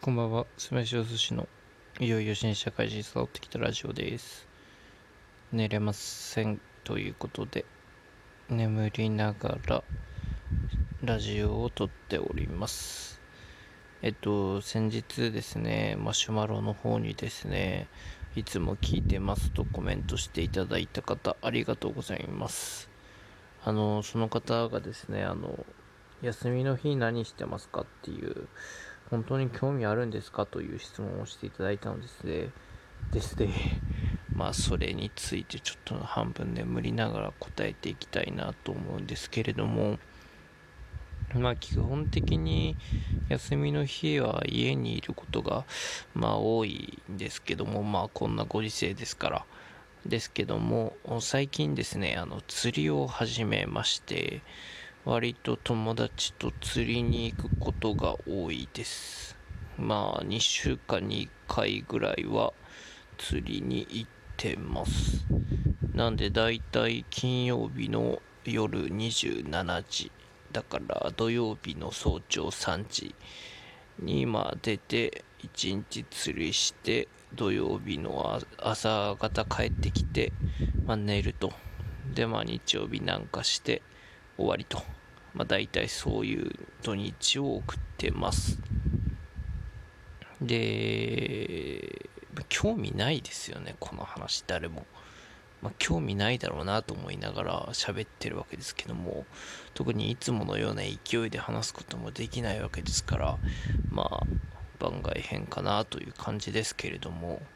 こんばんは、スマイシお寿司のいよいよ新社会人育ってきたラジオです。寝れませんということで、眠りながらラジオを撮っております。先日ですね、マシュマロの方にですね、いつも聞いてますとコメントしていただいた方、ありがとうございます。その方がですね、休みの日何してますかっていう、本当に興味あるんですかという質問をしていただいたのですね、まあそれについてちょっと半分眠りながら答えていきたいなと思うんですけれども、まあ基本的に休みの日は家にいることがまあ多いんですけども、まあこんなご時世ですからですけども、最近ですね、釣りを始めまして、割と友達と釣りに行くことが多いです。まあ2週間に1回ぐらいは釣りに行ってます。なんでだいたい金曜日の夜27時、だから土曜日の早朝3時に出て1日釣りして、土曜日の朝方帰ってきて、寝ると。で日曜日なんかして終わりと。大体そういう土日を送ってます。で、興味ないですよね、この話誰も。興味ないだろうなと思いながら喋ってるわけですけども、特にいつものような勢いで話すこともできないわけですから、番外編かなという感じですけれども、